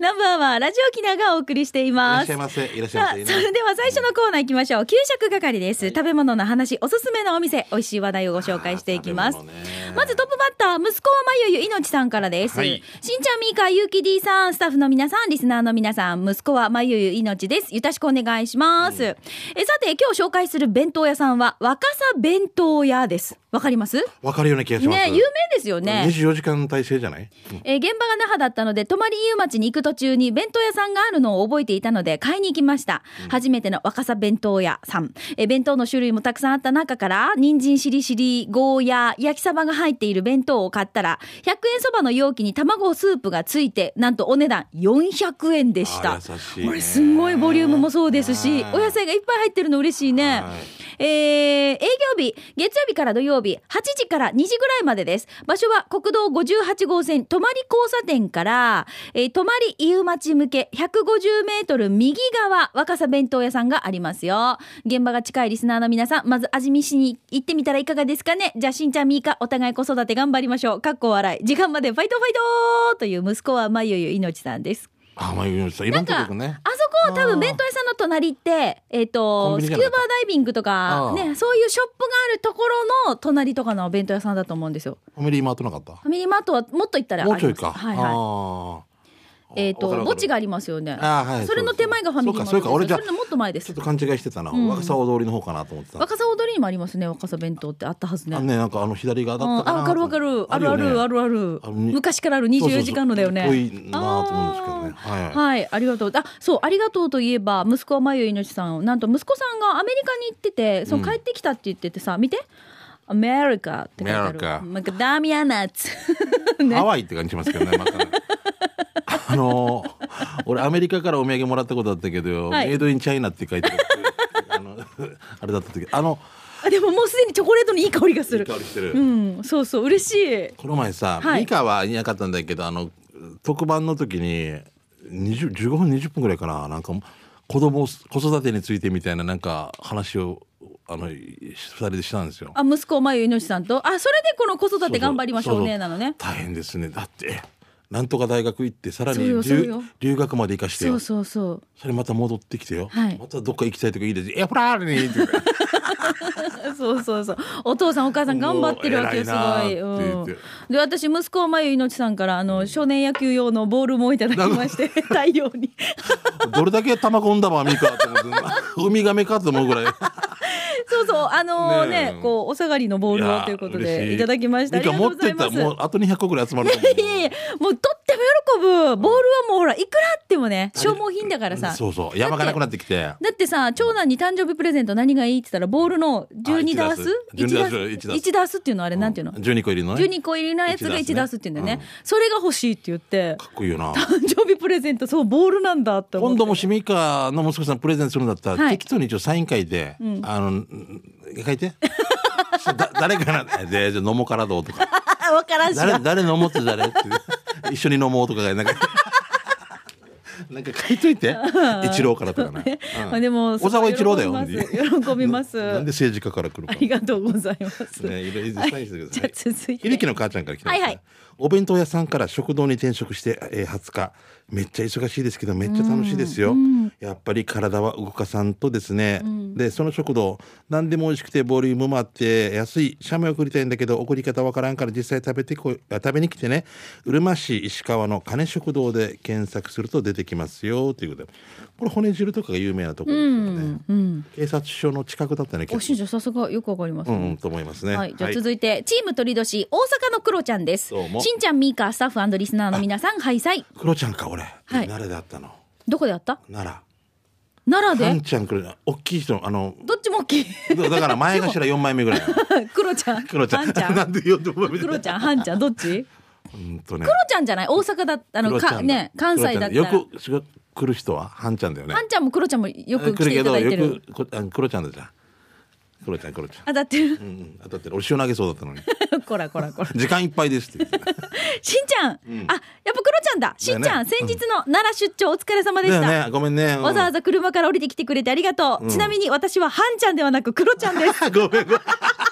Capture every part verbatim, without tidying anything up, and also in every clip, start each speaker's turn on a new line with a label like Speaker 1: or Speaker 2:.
Speaker 1: ナンバーはラジオキナがお送りしています。
Speaker 2: いらっしゃいませ。いらっしゃいませ。
Speaker 1: それでは最初のコーナー行きましょう。給食係です、はい、食べ物の話、おすすめのお店、美味しい話題をご紹介していきます。まずトップバッター、息子はまゆゆいのちさんからです、はい、しんちゃん、みーか、ゆうき D さん、スタッフの皆さん、リスナーの皆さん、息子はまゆゆいのちです。よろしくお願いします、うん、えさて今日紹介する弁当屋さんは若狭弁当屋です。わかります？
Speaker 2: わかるような気がします
Speaker 1: ね、有名ですよね。
Speaker 2: にじゅうよじかん体制じゃない、
Speaker 1: うん、えー、現場が那覇だったので泊まり湯町に行く途中に弁当屋さんがあるのを覚えていたので買いに行きました、うん、初めての若狭弁当屋さん、えー、弁当の種類もたくさんあった中から人参しりしり、ゴーヤ、焼きサバが入っている弁当を買ったらひゃくえんそばの容器に卵スープがついて、なんとお値段よんひゃくえんでした。
Speaker 2: 優しいね。
Speaker 1: これすんごいボリュームもそうですし、お野菜がいっぱい入ってるの嬉しいね。えー、営業日月曜日から土曜日はちじからにじぐらいまでです。場所は国道ごじゅうはち号線泊まり交差点から、えー、泊まり飯町向けひゃくごじゅうメートル右側、若狭弁当屋さんがありますよ。現場が近いリスナーの皆さん、まず味見しに行ってみたらいかがですかね。じゃあしんちゃん、みーか、お互い子育て頑張りましょう。かっこ笑い、時間までファイトファイトという息子はまゆゆいのちさんです。
Speaker 2: あ、まゆゆさん、いろんなとこね。
Speaker 1: あそこ多分弁当屋さんの隣ってえっ、ー、とスキューバーダイビングとかね、そういうショップがあるところの隣とかの弁当屋さんだと思うんですよ。
Speaker 2: ファミリーマートなかった？
Speaker 1: ファミリーマートはもっと行ったらあります。
Speaker 2: もうちょいか。
Speaker 1: はいはい。あえっ、ー、と墓地がありますよね。あ、はい、それの手前がファミリーマートです。そうか、そうか。俺じゃあそれのもっと前です。
Speaker 2: ちょっと勘違いしてたな、うん、若狭大通りの方かなと思ってた。
Speaker 1: 若狭大通りにもありますね。若狭弁当ってあったはずね。
Speaker 2: あね、なんかあの左側だったかな。
Speaker 1: あ、わかるわかる。あるあるあるある。昔からあるにじゅうよじかんのだよね。
Speaker 2: そうそうそう、いいなと思うんですけどね。はい、
Speaker 1: はい、ありがとう。あ、そう、ありがとうといえば息子はまゆいのちさん、なんと息子さんがアメリカに行ってて、その帰ってきたって言っててさ、うん、見て。アメリカって書いてある。マカダミアナッツ。
Speaker 2: ね、ハワイって感じしますけどね。またあのー、俺アメリカからお土産もらったことあったけど、はい、メイドインチャイナって書いてあるあのあれだった時、あの
Speaker 1: あでももうすでにチョコレートのいい香りがする。
Speaker 2: いい香りしてる。
Speaker 1: うん、そうそう、嬉しい。
Speaker 2: この前さ、はい、ミカはいなかったんだけど、あの特番の時ににじゅう、じゅうごふんにじゅっぷんぐらいかな、なんか子供子育てについてみたいななんか話をあのふたりでしたんですよ。
Speaker 1: あ、息子まゆいのちさんと、あ、それでこの子育て頑張りましょうねなのね。
Speaker 2: 大変ですね。だってなんとか大学行ってさらに 留, 留学まで行かしてよ。
Speaker 1: そうそうそう。
Speaker 2: それまた戻ってきてよ、
Speaker 1: はい、
Speaker 2: またどっか行きたいとかいいです。え、ほらーに
Speaker 1: そうそうそう。お父さんお母さん頑張ってるわけよ、すごい、うん、で私息子まゆいのちさんからあの少年野球用のボールもいただきまして大量に
Speaker 2: どれだけ卵産んだばみかと思ってウミガメかと思うぐらい
Speaker 1: そうそう、あのー、ね, ねこうお下がりのボールをということでいただきました。ありがとうございます。
Speaker 2: もうあとにひゃっこぐらい集まると思う。
Speaker 1: いやいや、もうとっても喜ぶ。ボールはもうほらいくらあってもね消耗品だからさ。
Speaker 2: そうそう、山がなくなってきて。
Speaker 1: だってさ、長男に誕生日プレゼント何がいいって言ったらボールのじゅうにダース、いちダースっていうのあれなんていうの、
Speaker 2: うん、じゅうにこ入りのね、
Speaker 1: じゅうにこ入りのやつがいちダースって言うんだよね、うん、それが欲しいって言って。か
Speaker 2: っこいいよな。
Speaker 1: 誕生日プレゼント、そうボールなんだって思って。
Speaker 2: 今度もしみかの息子さんプレゼントするんだったら、はい、適当に一応サイン書いて、うん、あの書いてだ誰かなでじゃ飲もうからどうとか
Speaker 1: 分からんし
Speaker 2: 誰誰飲もうって誰って一緒に飲もうとかなんかなんか書いといて一郎からとかね、
Speaker 1: うん、でも
Speaker 2: 小沢一郎だよ。
Speaker 1: 喜びます。
Speaker 2: なんで政治家から来るか。
Speaker 1: ありがとうございます、
Speaker 2: ね、いろいろサインしてください。
Speaker 1: じゃあ続いて
Speaker 2: 秀樹の母ちゃんから来てます、ね、
Speaker 1: はいはい。
Speaker 2: お弁当屋さんから食堂に転職して、えー、はつか、めっちゃ忙しいですけどめっちゃ楽しいですよ、うん、やっぱり体は動かさんとですね、うん、でその食堂何でも美味しくてボリュームもあって安い。写メ送りたいんだけど送り方わからんから実際食べてこ食べに来てね。うるま市石川の金食堂で検索すると出てきますよということで、これ骨汁とかが有名なところですよね、うんうん、警察署の近くだったね。
Speaker 1: おしんじゃさすがよくわかりますね、
Speaker 2: うんうん、と思いますね、
Speaker 1: はい、じゃあ続いて、はい、チーム鳥年大阪のクロちゃんです。しんちゃん、ミーカー、スタッフ&リスナーの皆さん、ハイサイ。
Speaker 2: クロちゃんか。俺、はい、奈良であったの。
Speaker 1: どこであった？
Speaker 2: 奈良。
Speaker 1: 奈良で？
Speaker 2: ハンちゃん、クロちゃん、大きい人、あの
Speaker 1: どっちも大きい
Speaker 2: だから前頭よんまいめぐらい
Speaker 1: クロちゃん、
Speaker 2: クロちゃん、
Speaker 1: ハンちゃん
Speaker 2: なんでよんまいめ
Speaker 1: クロちゃん、ハンちゃん、どっち？
Speaker 2: うんとね、
Speaker 1: クロちゃんじゃない？大阪だったのかね、関西だったら
Speaker 2: よく来る人はハンちゃんだよね。
Speaker 1: ハンちゃんもクロちゃんもよく来ていただいてる。
Speaker 2: よくクロちゃんだじゃん。クロちゃん、クロちゃん。
Speaker 1: 当たってる。うん
Speaker 2: うん、当たってる。俺塩投げそうだったのに。
Speaker 1: こらこらこら。
Speaker 2: 時間いっぱいですって。
Speaker 1: しんちゃん、うん、あ、やっぱクロちゃんだ。しんちゃん、ね、先日の奈良出張お疲れ様でした。
Speaker 2: ね、ごめんね、うん。
Speaker 1: わざわざ車から降りてきてくれてありがとう。うん、ちなみに私はハンちゃんではなくクロちゃんです。
Speaker 2: ごめんごめん。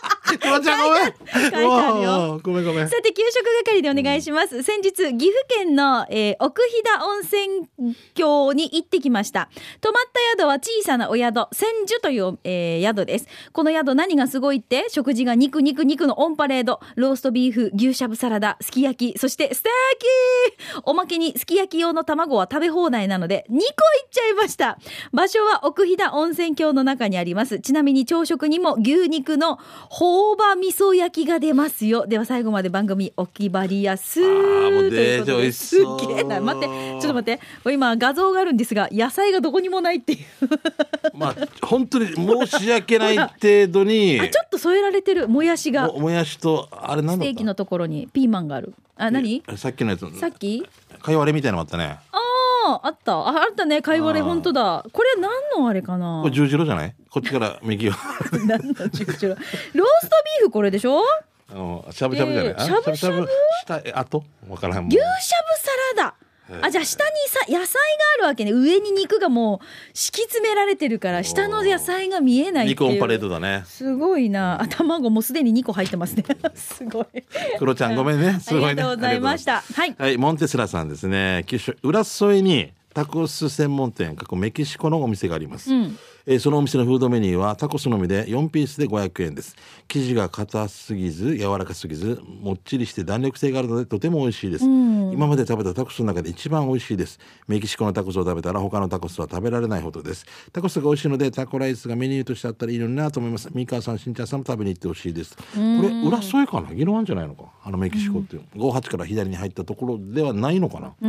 Speaker 2: ロちゃんごめん。
Speaker 1: 書いてあるよ。
Speaker 2: ごめんごめん。
Speaker 1: さて給食係でお願いします、うん、先日岐阜県の、えー、奥飛騨温泉郷に行ってきました。泊まった宿は小さなお宿千住という、えー、宿です。この宿何がすごいって、食事が肉肉肉のオンパレード、ローストビーフ、牛しゃぶサラダ、すき焼き、そしてステーキ、おまけにすき焼き用の卵は食べ放題なのでにこいっちゃいました。場所は奥飛騨温泉郷の中にあります。ちなみに朝食にも牛肉の朴葉味噌焼きが出ますよ。では最後まで番組お決まりやすー
Speaker 2: もう
Speaker 1: ということで、すっげえな。待って、ちょっと待って、今画像があるんですが野菜がどこにもないっていう
Speaker 2: まあ本当に申し訳ない程度に
Speaker 1: あ、ちょっと添えられてるもやしが、
Speaker 2: も, もやしとあれなんだった、
Speaker 1: ステーキのところにピーマンがある。あ、何
Speaker 2: さっきのやつ、
Speaker 1: さっき
Speaker 2: かいわれみたいなのあったね。
Speaker 1: ああ、あった、あ、あったね、かいわれ。本当だ。これ何のあれかな。
Speaker 2: これ十字路じゃない？こっちから右を
Speaker 1: 何の十字路ローストビーフこれでしょ。
Speaker 2: あのしゃぶしゃぶじゃない、
Speaker 1: えー、しゃぶしゃぶ
Speaker 2: 下えあとわからん。
Speaker 1: 牛しゃぶサラダ、あ、じゃあ下にさ野菜があるわけね。上に肉がもう敷き詰められてるから下の野菜が見えないっていう。
Speaker 2: 肉オンパレードだね。
Speaker 1: すごいな。あ、卵もすでににこ入ってますねすごい。
Speaker 2: クロちゃんごめんね。すごいね。
Speaker 1: ありがとうございました。はい、
Speaker 2: はい、モンテスラさんですね。九州浦添にタコス専門店、過去メキシコのお店があります、うん、えー、そのお店のフードメニューはタコスのみでよんピースでごひゃくえんです。生地が硬すぎず柔らかすぎずもっちりして弾力性があるのでとても美味しいです、うん、今まで食べたタコスの中で一番美味しいです。メキシコのタコスを食べたら他のタコスは食べられないほどです。タコスが美味しいのでタコライスがメニューとしてあったらいいのになと思います。三川さん、しんちゃんさんも食べに行ってほしいです。これ浦添かな、宜野湾じゃないのか、あのメキシコっていう、うん、ごじゅうはちから左に入ったところではないのかな。うん、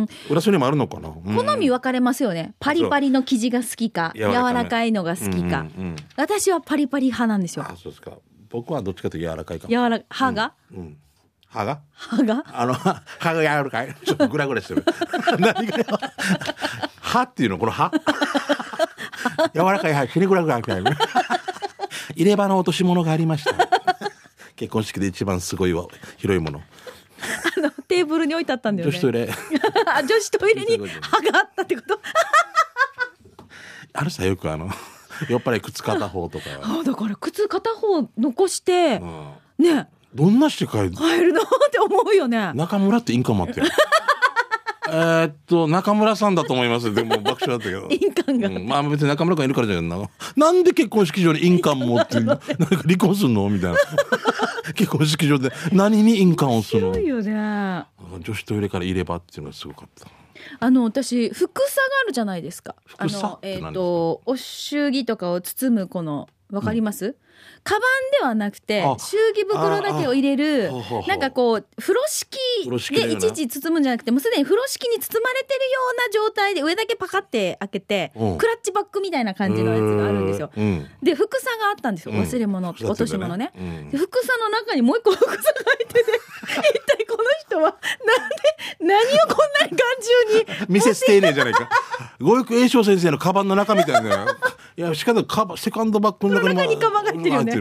Speaker 2: 浦添にもあるのかな、うん、
Speaker 1: 好み分かれますよね。パリパリの生地が好きか柔らかいのが好きか、うんうんうん、私はパリパリ派なんですよ。
Speaker 2: あ、そうですか。僕はどっちかというと柔らかいかも。
Speaker 1: 柔らか歯が、
Speaker 2: うんうん、歯が
Speaker 1: 歯が
Speaker 2: あの歯が柔らかい、ちょっとグラグラしてる何がよ歯っていうの、この歯柔らかい歯、ひねグラグラ入れ歯の落とし物がありました結婚式で一番すごいわ広いもの
Speaker 1: あのテーブルに置いてあったんだよね。
Speaker 2: 女子トイレ
Speaker 1: 女子トイレに歯があったってこと
Speaker 2: あるさ、よくあの酔っ払い靴片方とか
Speaker 1: あ、だから靴片方残して、うん、ね、
Speaker 2: どんなして帰る
Speaker 1: 帰るのって思うよね。
Speaker 2: 中村ってインカムあってえっと中村さんだと思います。でも爆笑だったけど
Speaker 1: 印鑑が、
Speaker 2: うん、まあ別に中村君いるからじゃないな。なんで結婚式場に印鑑持ってなんか離婚すんのみたいな結婚式場で何に印鑑をするの。
Speaker 1: 面白いよね。
Speaker 2: 女子トイレから入れ歯っていうのがすごかった。
Speaker 1: あの私ふくさがあるじゃないですか。
Speaker 2: ふくさ
Speaker 1: えっとお祝儀とかを包むこのわかります、うん、カバンではなくて祝儀袋だけを入れる、なんかこう風呂敷でいちいち包むんじゃなくて、もうすでに風呂敷に包まれてるような状態で上だけパカって開けて、うん、クラッチバッグみたいな感じのやつがあるんですよ、うん、でふくさがあったんですよ、忘れ物、うん、落とし物ね、うん、でふくさの中にもう一個ふくさが入ってて一体この人はなんで何をこんなに頑重に
Speaker 2: 見せ捨てねえじゃないか五育栄翔先生のカバンの中みたいな。いや、しかもカバセカンドバッグの中にも
Speaker 1: 中にカバンが入ってるよね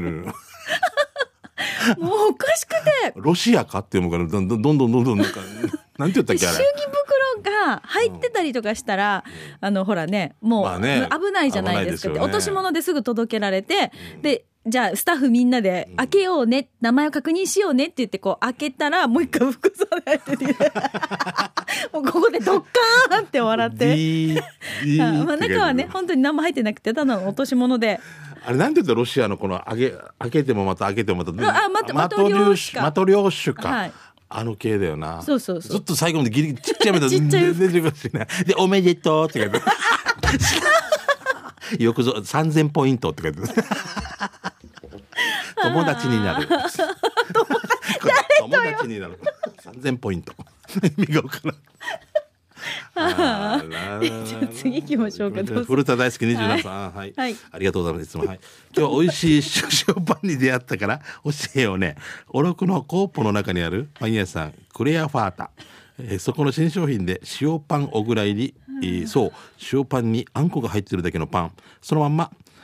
Speaker 1: もうおかしくて
Speaker 2: ロシアかっていうのかな、どんどんどんどんどんどんなんかなんて言ったっけあれ、
Speaker 1: 祝儀袋が入ってたりとかしたら、うん、あのほらね、もう、まあね、危ないじゃないですか、ね、落とし物ですぐ届けられて、うん、でじゃあスタッフみんなで開けようね、うん、名前を確認しようねって言ってこう開けたらもう一回服装で入っててもうここでドッカーンって笑ってまあ中はね本当に何も入ってなくてただの落とし物で、
Speaker 2: あれなんて言うとロシアのこの開け開けてもまた開けてもまた
Speaker 1: あまたマトリョーシカ
Speaker 2: マトリョーシュか、
Speaker 1: はい、
Speaker 2: あの系だよな。
Speaker 1: そうそうそう、
Speaker 2: ずっと最後までギリギリちっちゃい目で
Speaker 1: ちっちゃい
Speaker 2: でおめでとうって書いてよくぞさんぜんポイントって書いて友達になる友達になるさんぜんポイント意味が分からん
Speaker 1: あじゃあ次行きましょうか。どうぞ。
Speaker 2: 古田大好きにじゅうななさん、はい、はい、ありがとうございます。いつも、はい、今日美味しい塩パンに出会ったから教えようね。おろくのコーポの中にあるパン屋さんクレアファータ、えー、そこの新商品で塩パンおぐらいに、えー、そう塩パンにあんこが入ってるだけのパンそのまんま、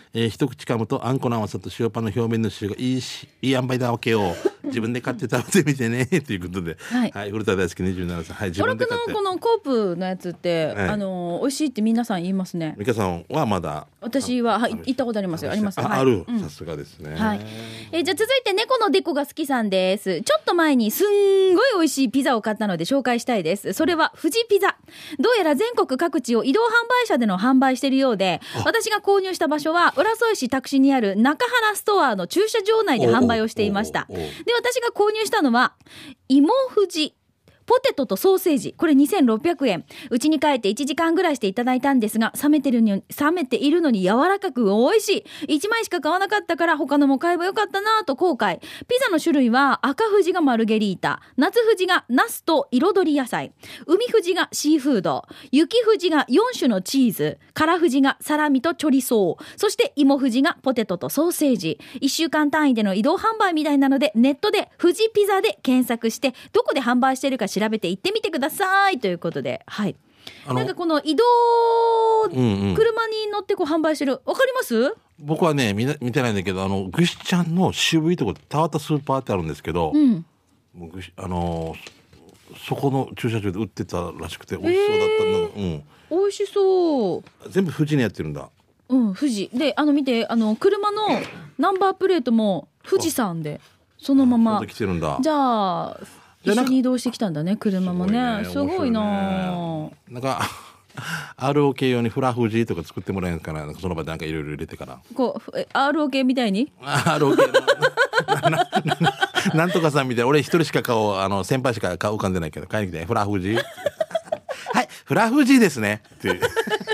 Speaker 2: えー、一口噛むとあんこの甘さと塩パンの表面の塩がいいしいい塩梅だわけよ自分で買って食べてみてねということで、はいはい、古田大好きにじゅうななさい、はい、自分で買って。
Speaker 1: おろくのこのコープのやつって、はい、あの美味しいって皆さん言いますね。
Speaker 2: 美香さんはまだ。
Speaker 1: 私は、はい、行ったことありますよ。あります。
Speaker 2: あ、
Speaker 1: はい、
Speaker 2: ある、
Speaker 1: うん、
Speaker 2: さすがですね。
Speaker 1: はい、えー、じゃあ続いて猫のデコが好きさんです。ちょっと前にすんごい美味しいピザを買ったので紹介したいです。それは富士ピザ。どうやら全国各地を移動販売車での販売しているようで、私が購入した場所は浦添市田串にある中原ストアの駐車場内で販売をしていました。で、私が購入したのは芋富士ポテトとソーセージ、これにせんろっぴゃくえん。うちに帰っていちじかんぐらいしていただいたんですが、冷めてるに冷めているのに柔らかく美味しい。いちまいしか買わなかったから他のも買えばよかったなぁと後悔。ピザの種類は赤富士がマルゲリータ、夏富士がナスと彩り野菜、海富士がシーフード、雪富士がよん種のチーズ、辛富士がサラミとチョリソー、そして芋富士がポテトとソーセージ。いっしゅうかん単位での移動販売みたいなので、ネットで富士ピザで検索してどこで販売してるか調べて行ってみてくださいということで、はい、なんかこの移動、うんうん、車に乗ってこう販売してる、わかります？
Speaker 2: 僕はね 見, 見てないんだけど、あのぐしちゃんの渋いとこ田畑スーパーってあるんですけど、うん、ぐしあのそこの駐車場で売ってたらしくて美味しそうだったんだ、えーうん、
Speaker 1: 美味しそう。
Speaker 2: 全部富士にやってるんだ。
Speaker 1: うん、富士で、あの見て、あの車のナンバープレートも富士山でそのまま。
Speaker 2: 来てるんだ。
Speaker 1: じゃあ一緒に移動してきたんだね、車もね。すごいな。
Speaker 2: なんかアールオーケー 用にフラフジとか作ってもらえるかな、なんかその場でなんかいろいろ入れてから。
Speaker 1: こう アールオーケー みたいに。
Speaker 2: アールオーケー な, な, な, なんとかさんみたいな、俺一人しか顔、あの先輩しか顔浮かんでないけど、買いに来てフラフジ。はい、フラフジですねっていう。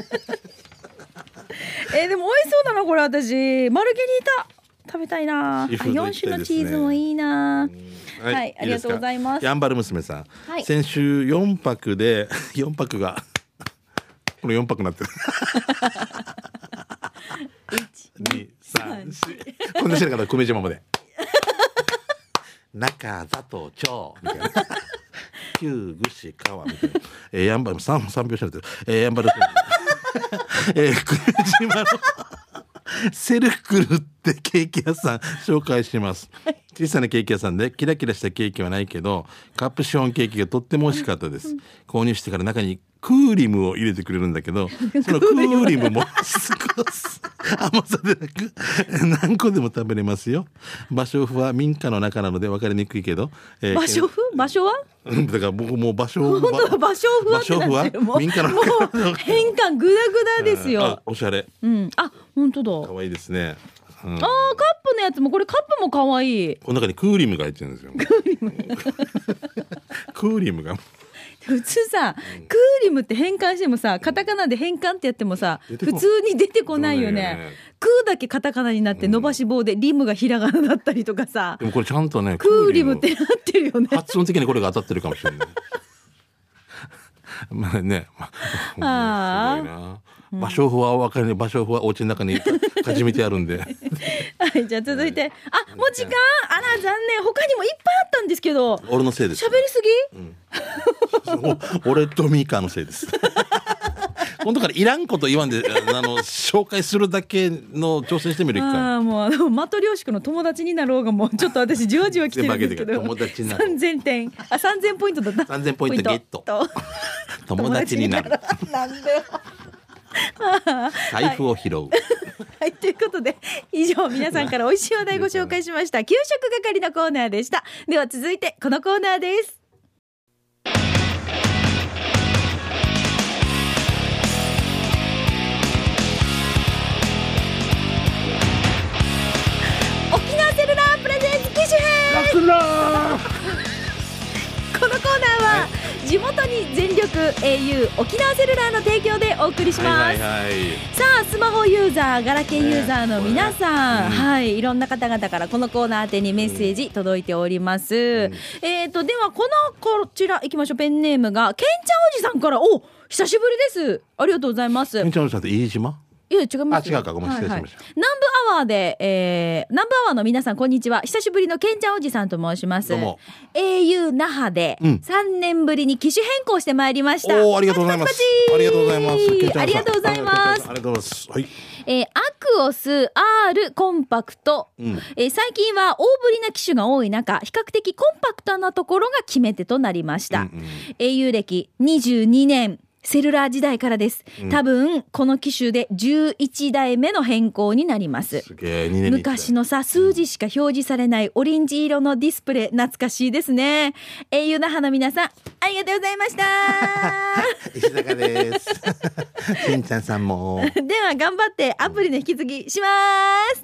Speaker 1: えー、でも美味しそうだなこれ。私マルゲリータ食べたいな。いね、よん種のチーズもいいな。はい、はい、ありがとうございます。
Speaker 2: やんばる娘さん、
Speaker 1: はい、
Speaker 2: 先週よんぱくでよんぱくがこれよんぱくなってる。いちにさんしこんなしてるから久米島まで中里町みたいな旧具志川みたいな、えー、やんばるさん拍子になってる、えー、やんばるえー、久米島のセルクルってケーキ屋さん紹介します。小さなケーキ屋さんでキラキラしたケーキはないけどカプションケーキがとっても美味しかったです。購入してから中にクーリムを入れてくれるんだけど、そのクーリムも少し甘さでなく何個でも食べれますよ。場所は民家の中なので分かりにくいけど、
Speaker 1: えー、場所風場所は
Speaker 2: だから僕もう場所
Speaker 1: 本当場所風はってなってる。もう民家の中もう変換グダグダですよ。
Speaker 2: あ、おしゃれ、
Speaker 1: うん、あ、本当だ、
Speaker 2: 可愛いですね。うん、あー、
Speaker 1: カップのやつもこれカップも可愛い。
Speaker 2: この中にクーリムが入ってるんですよ。クーリムクーリムが
Speaker 1: 普通さ、うん、クーリムって変換してもさ、カタカナで変換ってやってもさ普通に出てこないよ ね, ねクーだけカタカナになって伸ばし棒でリムがひらがなだったりとかさ、
Speaker 2: でもこれちゃんとね
Speaker 1: クーリムってなってるよね。
Speaker 2: 発音的にこれが当たってるかもしれない。まあね、まあ、すごいな。場所譜は分かるね。場所譜はお家の中にかじめてあるんで。
Speaker 1: はい、じゃあ続いて、あ、もう時間、あら残念。他にもいっぱいあったんですけど。
Speaker 2: 俺のせいです。
Speaker 1: 喋りすぎ？
Speaker 2: うん、俺とミカのせいです。今度からいらんこと言わんで、あの紹介するだけの挑戦してみるか。
Speaker 1: ああ、もうあのマトリョーシクの友達になろうがもうちょっと私じわじわ来てるんですけど。
Speaker 2: 友達になる。
Speaker 1: 三千点、あ、三千ポイントだった。
Speaker 2: 三千ポイントゲット。友達になる。
Speaker 1: なんでよ。
Speaker 2: 財布を拾う。
Speaker 1: はい、ということで以上皆さんから美味しい話題ご紹介しました給食係のコーナーでした。では続いてこのコーナーです。沖縄セルラープレゼンツ機種編。このコーナーは、はい、地元に全力 エーユー 沖縄セルラーの提供でお送りします、はいはいはい、さあスマホユーザーガラケーユーザーの皆さん、ね、はい、いろんな方々からこのコーナー宛てにメッセージ届いております、うん、えーとではこのこちらいきましょう。ペンネームがけんちゃんおじさんから、お久しぶりです、ありがとうございます。
Speaker 2: けんちゃんおじさんって飯島
Speaker 1: いや違いますよ。
Speaker 2: あ違うかごめん、失礼しました。
Speaker 1: 南部アワーで、えー、南部アワーの皆さんこんにちは。久しぶりのケンちゃんおじさんと申します。
Speaker 2: どうも。
Speaker 1: エーユー 那覇でさんねんぶりに機種変更してまいりました。
Speaker 2: おー、ありがとうございます。ありがとうございます。ケンちゃんさん
Speaker 1: ありがとうございます。
Speaker 2: ありがとうございます。はい。
Speaker 1: えー、アクオス アール コンパクト、
Speaker 2: うん
Speaker 1: えー最近は大ぶりな機種が多い中、比較的コンパクトなところが決め手となりました。
Speaker 2: うんうん、
Speaker 1: エーユー 歴にじゅうにねん、セルラー時代からです。多分この機種でじゅういちだいめの変更になります。
Speaker 2: すげえ、にねんにいちだい
Speaker 1: 昔のさ、数字しか表示されないオレンジ色のディスプレイ、懐かしいですね。エーユー 那覇の皆さんありがとうございました
Speaker 2: 石坂です。ケンちゃんさんも。
Speaker 1: では頑張ってアプリの引き継ぎします。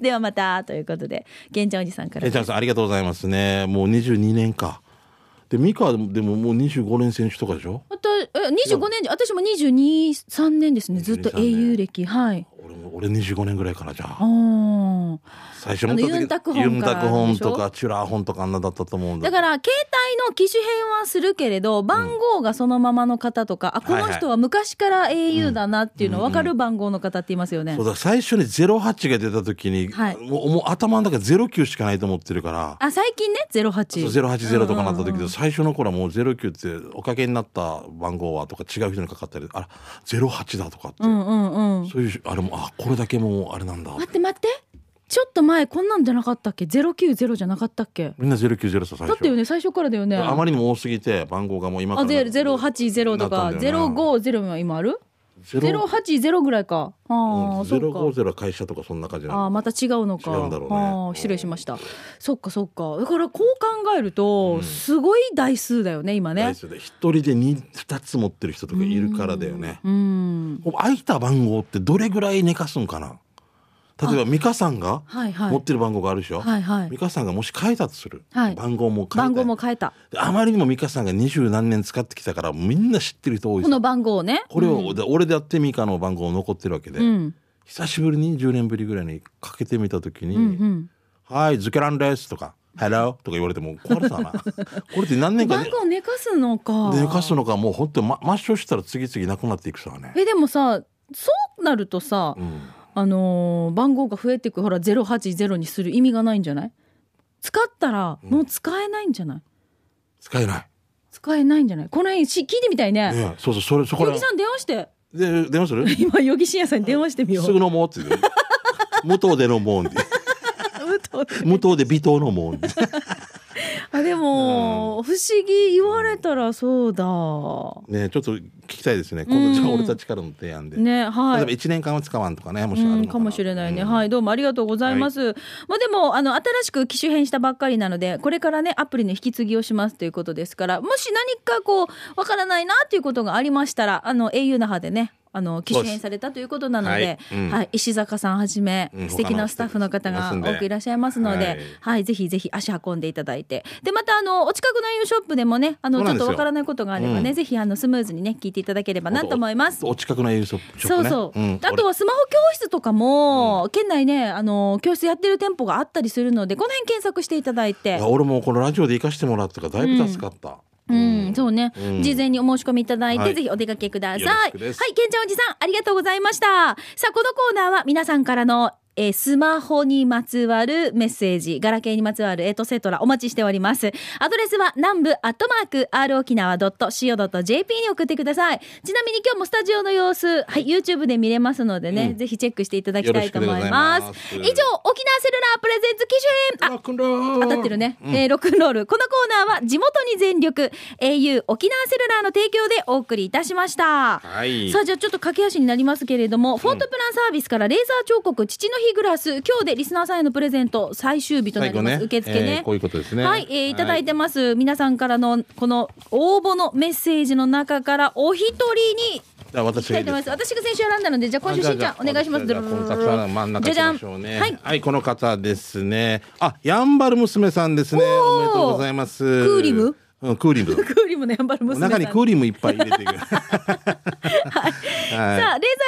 Speaker 1: ではまたということで、ケンちゃんおじさんから。
Speaker 2: ケンちゃんさんありがとうございますね。もうにじゅうにねんか。でミカでももうにじゅうごねん選手とかでしょ。
Speaker 1: またえにじゅうごねん、私もにじゅうに、さんねんですね。ずっと エーユー 歴。はい。
Speaker 2: 俺も俺にじゅうごねんぐらいからじゃあ。
Speaker 1: あ
Speaker 2: 最初の
Speaker 1: ユンタク本から
Speaker 2: ユンタク本とかチュラー本とかあんなだったと思うんだ。
Speaker 1: だから携帯の機種変はするけれど、番号がそのままの方とか、うん、あこの人は昔から エーユー だなっていうの分かる番号の方っていますよね。
Speaker 2: そうだ、最初にゼロはちが出た時に、はい、もうもう頭の中ゼロきゅうしかないと思ってるから。
Speaker 1: あ最近ねゼロはち。
Speaker 2: ゼロはちゼロとかなった時で、最初の頃はもうゼロきゅうっておかけになった番号はとか違う人にかかったり、あらゼロはちだとかって、うんうんうん、そういうあれもあこれだけもうあれなんだ。
Speaker 1: 待って待って。ちょっと前こんなんじゃなかったっけ？ゼロきゅうゼロじゃなかったっけ？
Speaker 2: みんなゼロきゅうゼロさ最初。
Speaker 1: だったよね、最初からだよね。
Speaker 2: あまりにも多すぎて番号がもう今から
Speaker 1: あゼロはちゼロとかゼロごゼロは今ある？ゼロはちゼロぐらいか。ああ、
Speaker 2: ゼロごゼロは会社とかそんな感じなの。
Speaker 1: あまた違うのか。
Speaker 2: 違うんだろうね。
Speaker 1: あ失礼しました。そっかそっか。だからこう考えると、うん、すごい台数だよね今ね。
Speaker 2: 台数で一人で 2, 2つ持ってる人とかいるからだよね。うんうん、空いた番号ってどれぐらい寝かすんかな。例えば美香さんが持ってる番号があるでしょ、はいはい、美香さんがもし変えたとする、はい、番号も変えた
Speaker 1: 番号も変えた。
Speaker 2: あまりにも美香さんが二十何年使ってきたからみんな知ってる人多いです。
Speaker 1: この番号ね
Speaker 2: これを、うん、俺でやって美香の番号残ってるわけで、うん、久しぶりにじゅうねんぶりぐらいにかけてみた時に、うんうん、はいズケランですとかハローとか言われてもこれさなこれって何年か、
Speaker 1: ね、番号寝かすのか
Speaker 2: 寝かすのかもう本当に抹消したら次々なくなっていくさね。
Speaker 1: えでもさそうなるとさ、うんあのー、番号が増えていくほらゼロはちゼロにする意味がないんじゃない？使ったらもう使えないんじゃない？うん、
Speaker 2: 使えない
Speaker 1: 使えないんじゃない？この辺し聞いてみたいね。
Speaker 2: ねそうそうそれそこら。
Speaker 1: ヨギさん電話して
Speaker 2: で電話する？
Speaker 1: 今ヨギ深夜さんに電話してみよう。
Speaker 2: すぐ飲もうって言う無糖で飲もうって無糖で微糖飲もうって
Speaker 1: あでも、うん、不思議言われたらそうだ
Speaker 2: ね。ちょっと聞きたいですね今度じゃあ俺たちからの提案で、ねはい、例えばいちねんかんは使わんとかねもしあるのかな、うん、
Speaker 1: かもしれないね、うん、はいどうもありがとうございます、はい、まあ、でもあの新しく機種変したばっかりなのでこれからねアプリの引き継ぎをしますということですから、もし何かこうわからないなっていうことがありましたらあの エーユー 那覇でねあの機種変されたということなので、はいうんはい、石坂さんはじめ、うん、素敵なスタッフの方が多くいらっしゃいますので、はいはい、ぜひぜひ足運んでいただいて、でまたあのお近くの エーユー ショップでもねあのちょっとわからないことがあればね、うん、ぜひあのスムーズにね聞いていただければなと思います。
Speaker 2: お, お近くの エーユー ショップ、ね、
Speaker 1: そうそう、うん、あとはスマホ教室とかも、うん、県内ねあの教室やってる店舗があったりするのでこの辺検索していただいて。い
Speaker 2: 俺もこのラジオで行かしてもらったからだいぶ助かった、うん
Speaker 1: うん、そうね、うん、事前にお申し込みいただいて、はい、ぜひお出かけください。はい、けんちゃんおじさんありがとうございました。さあこのコーナーは皆さんからのえー、スマホにまつわるメッセージ、ガラケーにまつわるエトセトラお待ちしております。アドレスは南部アットマーク アール 沖縄 ドット シーオー ドット ジェーピー に送ってください。ちなみに今日もスタジオの様子、はい、YouTube で見れますのでね、うん、ぜひチェックしていただきたいと思います。以上、沖縄セルラープレゼンツ機種編、あ、当たってるね、うんえー、ロックンロール。このコーナーは地元に全力 エーユー 沖縄セルラーの提供でお送りいたしました。はい、さあじゃあちょっと駆け足になりますけれども、うん、フォートプランサービスからレーザー彫刻父の日グラス、今日でリスナーさんへのプレゼント最終日となります、ね、受付ね、
Speaker 2: えー、こういうことですね。
Speaker 1: はい、えー、いただいてます、はい、皆さんからのこの応募のメッセージの中からお一人に
Speaker 2: 私がいいです。
Speaker 1: 私が先週選んだので、じゃあ今週しんちゃんお願いします。じゃ
Speaker 2: あこの方真ん中行きましょうね。はい、はい、この方ですね。あ、やんばる娘さんですね。おめでとうございます。
Speaker 1: クーリム
Speaker 2: うん、クーリム
Speaker 1: クーリムのやんばる娘さん、
Speaker 2: 中にクーリムいっぱい入れていくはい、
Speaker 1: はい、さあレーザー彫刻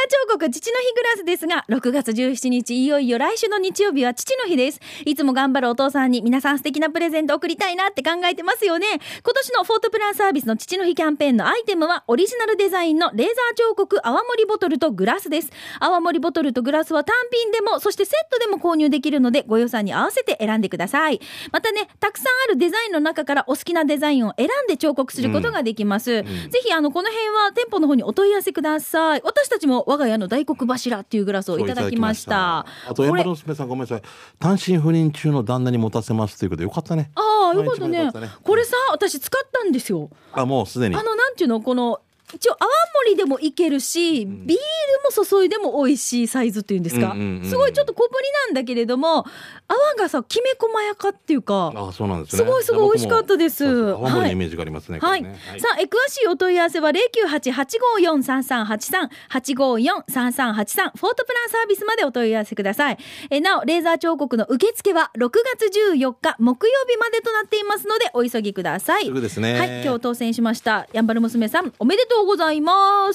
Speaker 1: 日父の日グラスですが、ろくがつじゅうしちにちいよいよ来週の日曜日は父の日です。いつも頑張るお父さんに皆さん素敵なプレゼント送りたいなって考えてますよね。今年のフォートプランサービスの父の日キャンペーンのアイテムはオリジナルデザインのレーザー彫刻泡盛ボトルとグラスです。泡盛ボトルとグラスは単品でもそしてセットでも購入できるので、ご予算に合わせて選んでください。またね、たくさんあるデザインの中からお好きなデザインを選んで彫刻することができます。うんうん、ぜひあのこの辺は店舗の方にお問い合わせください。私たちも我が家の大黒柱っていうグラスをいただきました。
Speaker 2: あとエンバル娘さんごめんなさい、単身赴任中の旦那に持たせますということでよかったね。
Speaker 1: ああよかったね。これさ私使ったんですよ。
Speaker 2: あもうすでに
Speaker 1: あのなんていうの、この一応泡盛でもいけるし、うん、ビールも注いでも美味しいサイズっていうんですか、うんうんうん、すごいちょっと小ぶりなんだけれども泡がさきめ細やかっていうか、
Speaker 2: あそうなんですね、
Speaker 1: すごいすごい美味しかったです。
Speaker 2: 泡盛のイメージがありますね、
Speaker 1: はいはいはい、さあえ詳しいお問い合わせは ゼロきゅうはち はちごよん さんさんはちさん はちごよん さんさんはちさん フォートプランサービスまでお問い合わせください。えなおレーザー彫刻の受付はろくがつじゅうよっか木曜日までとなっていますのでお急ぎください。
Speaker 2: すぐですね。
Speaker 1: はい、今日当選しましたやんばる娘さんおめでとうございます。はい、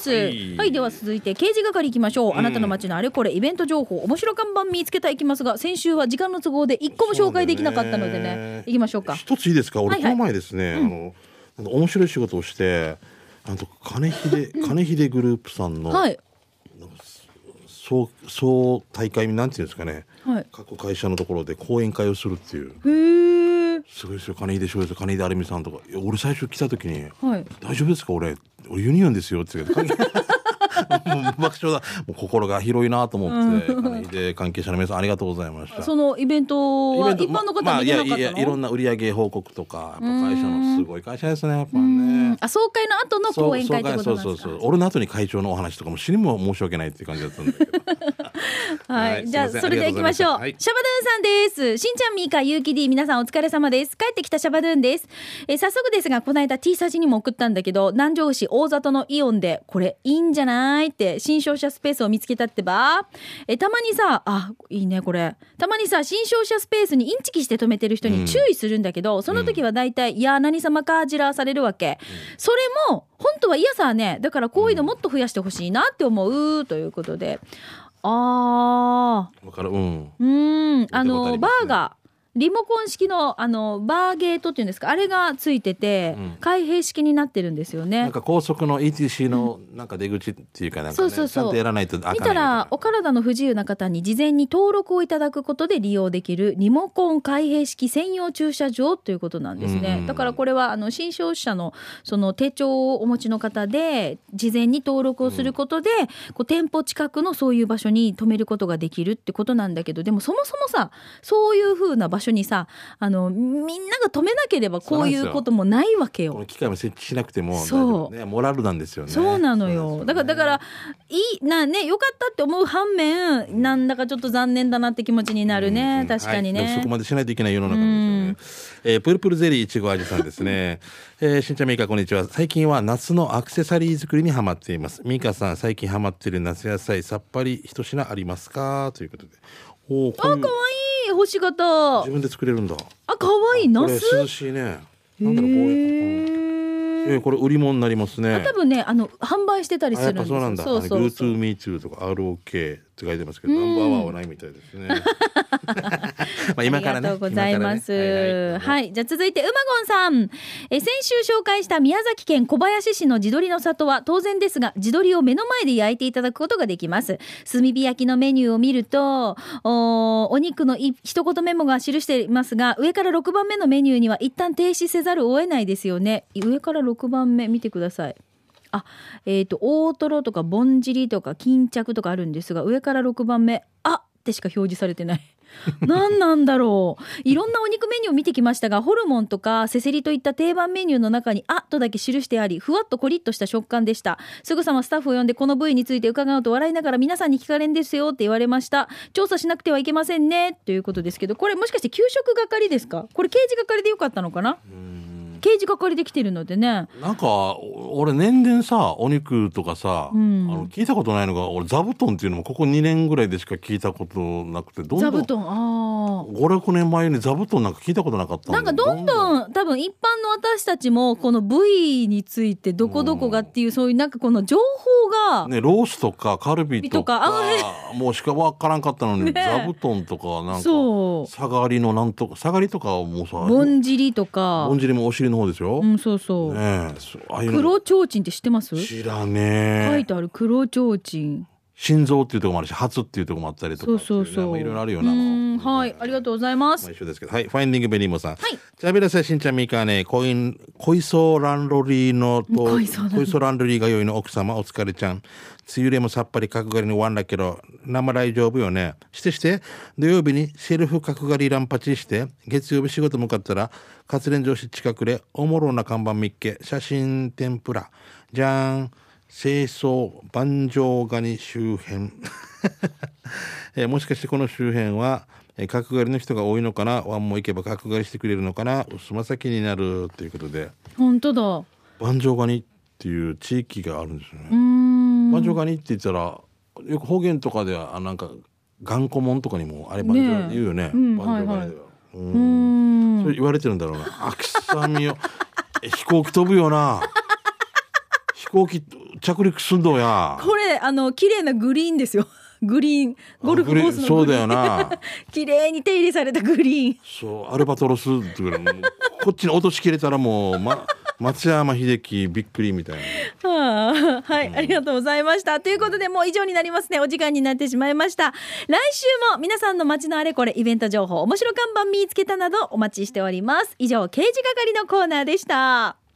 Speaker 1: はい、では続いて刑事係いきましょう、うん、あなたの街のあれこれイベント情報面白看板見つけたいきますが、先週は時間の都合でいっこも紹介できなかったのでね、いきましょうか。
Speaker 2: 一ついいですか。俺この前ですね、はいはい、あの、うん、面白い仕事をしてあと金秀金秀グループさんの、はい、総総大会なんていうんですかね、はい、各会社のところで講演会をするっていう。へーすごいですよ。金秀翔です金秀アルミさんとか。いや俺最初来た時に、はい、大丈夫ですか俺俺ユニオンですよって言ってもう爆笑だ。もう心が広いなと思って、金秀関係者の皆さんありがとうございました。
Speaker 1: そのイベントは一般の方は見てなかったの、まあ、いやいや
Speaker 2: いろんな売上報告とかやっぱ会社のすごい会社ですねやっぱね。
Speaker 1: あ総会の後の講演会ってことなんですか。
Speaker 2: そうそうそう俺の後に会長のお話とかも死にも申し訳ないっていう感じだったんだけど
Speaker 1: はい、はい、じゃあそれでは行きましょう、はい、シャバドゥンさんです。しんちゃんみーかゆうき D 皆さんお疲れ様です。帰ってきたシャバドゥンです。えー、早速ですがこの間 T サジにも送ったんだけど南城市大里のイオンでこれいいんじゃないって新商社スペースを見つけたってば。えたまにさあいいねこれたまにさ新商社スペースにインチキして止めてる人に注意するんだけど、うん、その時はだいたいいや何様かじらされるわけ、うん、それも本当は嫌さね。だからこういうのもっと増やしてほしいなって思うということで、あ
Speaker 2: ーわかる、うん、
Speaker 1: うんあのバーガーリモコン式のあのバーゲートっていうんですかあれがついてて、うん、開閉式になってるんですよね。
Speaker 2: なんか高速の イーティーシー のなんか出口っていうかなんか、ね、そうそうそうちゃんとやらないとあかんないみたいな。
Speaker 1: 見たらお体の不自由な方に事前に登録をいただくことで利用できるリモコン開閉式専用駐車場ということなんですね、うん、だからこれはあの新消費者のその手帳をお持ちの方で事前に登録をすることで、うん、こう店舗近くのそういう場所に止めることができるってことなんだけど、でもそもそもさそういう風な場所にさあのみんなが止めなければこういうこともないわけよ。
Speaker 2: この機械も設置しなくても大丈夫、ね、モラルなんですよね。
Speaker 1: そうなのよ。だからだからいいなねよかったって思う反面なんだかちょっと残念だなって気持ちになるね、うん、確かにね、
Speaker 2: はい、そこまでしないといけない世の中なんですよね、えー、プルプルゼリーいちご味さんですね、えー、しんちゃんみーかこんにちは。最近は夏のアクセサリー作りにハマっています。みーかさん最近ハマっている夏野菜さっぱり一品ありますかということで。お
Speaker 1: あ、かわいい星型
Speaker 2: 自分で作れるんだ。
Speaker 1: あ、かわいいナス。
Speaker 2: これ涼しいね。なんだろうこういう、うんえー、これ売り物になりますね。
Speaker 1: 多分ねあの販売してたりするんですよ。
Speaker 2: そうなんだ。そうそうそう GoToMeToo とか アールオーケー って書いてますけどナンバーワンはないみたいですねまあ今からね。
Speaker 1: ありがとうございます、ねはいはいはい、じゃあ続いてうまごんさんえ先週紹介した宮崎県小林市の地鶏の里は当然ですが地鶏を目の前で焼いていただくことができます。炭火焼きのメニューを見ると お, お肉の一言メモが記していますが上からろくばんめのメニューには一旦停止せざるを得ないですよね。上からろくばんめ見てください。あ、えーと大トロとかぼんじりとか巾着とかあるんですが上からろくばんめあってしか表示されてない何なんだろう。いろんなお肉メニューを見てきましたがホルモンとかせせりといった定番メニューの中にあとだけ記してありふわっとコリッとした食感でした。すぐさまスタッフを呼んでこの部位について伺うと笑いながら皆さんに聞かれんですよって言われました。調査しなくてはいけませんねということですけどこれもしかして給食係ですか。これ刑事係でよかったのかな。うん刑事係できてるのでね。
Speaker 2: なんか俺年々さお肉とかさ、うん、あの聞いたことないのが俺座布団っていうのもここにねんぐらいでしか聞いたことなくてどんどん
Speaker 1: 座布団あ
Speaker 2: ご、ろくねんまえに座布団なんか聞いたことなかったん
Speaker 1: なんかどんどんの多分一般の私たちもこの部位についてどこどこがっていう、そういうなんかこの情報が、
Speaker 2: ね、ロースとかカルビとか
Speaker 1: とか
Speaker 2: もうしか分からんかったのに、
Speaker 1: ね、
Speaker 2: 座布団とかなんか
Speaker 1: そう
Speaker 2: 下がりのなんとか下がりとかもさ、
Speaker 1: ぼんじりとか、
Speaker 2: ぼんじりもお尻の方ですよ、
Speaker 1: うん、そうそう、
Speaker 2: ね、ああいうの
Speaker 1: 黒ちょうちんって知ってます？
Speaker 2: 知らねえ。
Speaker 1: 書いてある黒ちょうちん、
Speaker 2: 心臓っていうところもあるし、発っていうところもあったりとか、
Speaker 1: そうそうそう、
Speaker 2: いろいろあるよな。
Speaker 1: はい、ありがとうございます。
Speaker 2: まあ、一緒ですけど、はい、ファインディングベリーモさん、
Speaker 1: はい、
Speaker 2: チャビラセしんちゃんみかね、コインコイソーランドリーのと
Speaker 1: コイソー
Speaker 2: ランドリーが良いの奥様お疲れちゃん、梅雨入れもさっぱり角刈りにワンだけど生大丈夫よね。してして土曜日にセルフ角刈りランパチして、月曜日仕事向かったら活連城市近くでおもろな看板見っけ、写真天ぷらじゃーん、清掃万丈ガニ周辺えー、もしかしてこの周辺は、えー、角刈りの人が多いのかな、ワンも行けば角刈りしてくれるのかな、薄ま先になるということで、
Speaker 1: 本当だ、
Speaker 2: 万丈ガニっていう地域があるんですよね。
Speaker 1: うーん、
Speaker 2: 万丈ガニって言ったらよく方言とかではなんか頑固もんとかにもあれ万丈
Speaker 1: ね
Speaker 2: 言うよね、
Speaker 1: うん、
Speaker 2: 万丈ガニでは、
Speaker 1: はいはい、
Speaker 2: うん、
Speaker 1: うーん、
Speaker 2: それ言われてるんだろうな。あくさみよ飛行機飛ぶよな飛行機着陸すんどや。
Speaker 1: これあの綺麗なグリーンですよグリーン、ゴルフコースのグリーン、
Speaker 2: そうだよな
Speaker 1: 綺麗に手入れされたグリーン、
Speaker 2: そうアルバトロスっていうかこっちに落としきれたらもう、ま、松山英樹びっくりみたいな
Speaker 1: はあ、はい、うん、ありがとうございました。ということでもう以上になりますね。お時間になってしまいました。来週も皆さんの街のあれこれ、イベント情報、面白看板見つけたなどお待ちしております。以上、刑事係のコーナーでした。